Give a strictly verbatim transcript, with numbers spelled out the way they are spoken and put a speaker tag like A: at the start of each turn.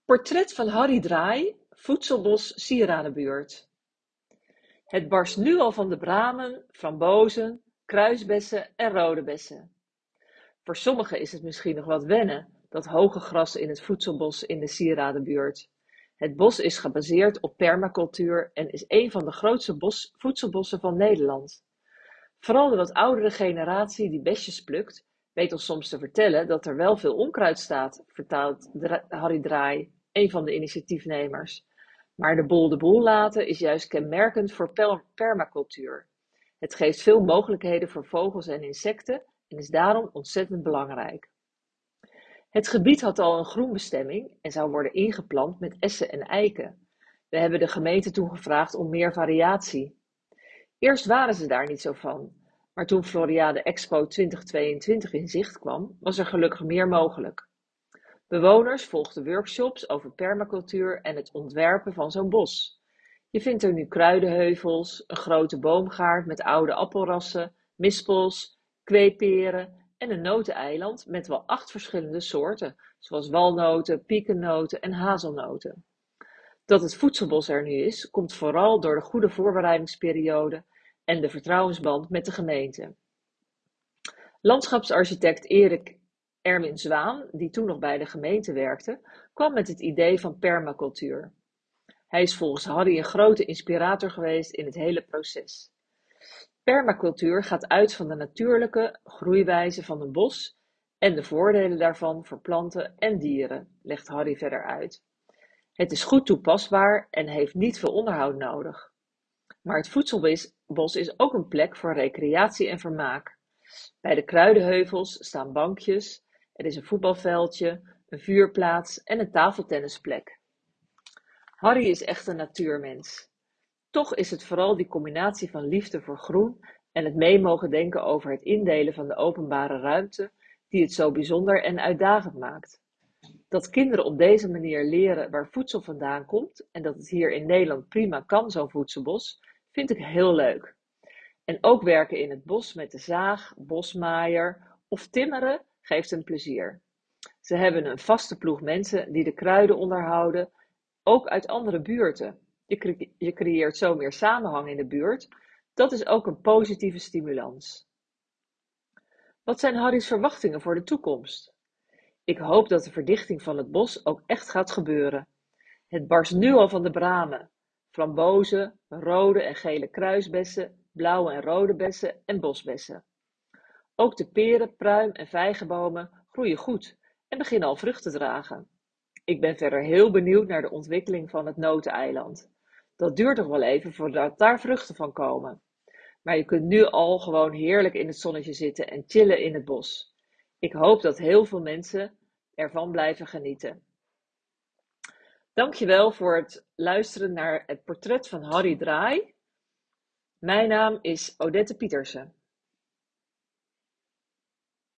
A: Portret van Harry Draai, Voedselbos Sieradenbuurt. Het barst nu al van de bramen, frambozen, kruisbessen en rode bessen. Voor sommigen is het misschien nog wat wennen, dat hoge gras in het voedselbos in de Sieradenbuurt. Het bos is gebaseerd op permacultuur en is een van de grootste bos, voedselbossen van Nederland. Vooral de wat oudere generatie die besjes plukt, weet ons soms te vertellen dat er wel veel onkruid staat, vertelt Harry Draai, een van de initiatiefnemers. Maar de boel de boel laten is juist kenmerkend voor permacultuur. Het geeft veel mogelijkheden voor vogels en insecten en is daarom ontzettend belangrijk. Het gebied had al een groenbestemming en zou worden ingeplant met essen en eiken. We hebben de gemeente toen gevraagd om meer variatie. Eerst waren ze daar niet zo van, maar toen Floriade Expo twintig tweeëntwintig in zicht kwam, was er gelukkig meer mogelijk. Bewoners volgden workshops over permacultuur en het ontwerpen van zo'n bos. Je vindt er nu kruidenheuvels, een grote boomgaard met oude appelrassen, mispels, kweeperen en een noteneiland met wel acht verschillende soorten, zoals walnoten, piekennoten en hazelnoten. Dat het voedselbos er nu is, komt vooral door de goede voorbereidingsperiode en de vertrouwensband met de gemeente. Landschapsarchitect Erik Erwin Zwaan, die toen nog bij de gemeente werkte, kwam met het idee van permacultuur. Hij is volgens Harry een grote inspirator geweest in het hele proces. Permacultuur gaat uit van de natuurlijke groeiwijze van een bos en de voordelen daarvan voor planten en dieren, legt Harry verder uit. Het is goed toepasbaar en heeft niet veel onderhoud nodig. Maar het voedselbos is ook een plek voor recreatie en vermaak. Bij de kruidenheuvels staan bankjes, er is een voetbalveldje, een vuurplaats en een tafeltennisplek. Harry is echt een natuurmens. Toch is het vooral die combinatie van liefde voor groen en het mee mogen denken over het indelen van de openbare ruimte die het zo bijzonder en uitdagend maakt. Dat kinderen op deze manier leren waar voedsel vandaan komt en dat het hier in Nederland prima kan, zo'n voedselbos, vind ik heel leuk. En ook werken in het bos met de zaag, bosmaaier of timmeren geeft een plezier. Ze hebben een vaste ploeg mensen die de kruiden onderhouden, ook uit andere buurten. Je, cre- je creëert zo meer samenhang in de buurt. Dat is ook een positieve stimulans. Wat zijn Harry's verwachtingen voor de toekomst? Ik hoop dat de verdichting van het bos ook echt gaat gebeuren. Het barst nu al van de bramen, frambozen, rode en gele kruisbessen, blauwe en rode bessen en bosbessen. Ook de peren, pruim en vijgenbomen groeien goed en beginnen al vrucht te dragen. Ik ben verder heel benieuwd naar de ontwikkeling van het noteneiland. Dat duurt nog wel even voordat daar vruchten van komen. Maar je kunt nu al gewoon heerlijk in het zonnetje zitten en chillen in het bos. Ik hoop dat heel veel mensen ervan blijven genieten. Dankjewel voor het luisteren naar het portret van Harry Draai. Mijn naam is Odette Pietersen.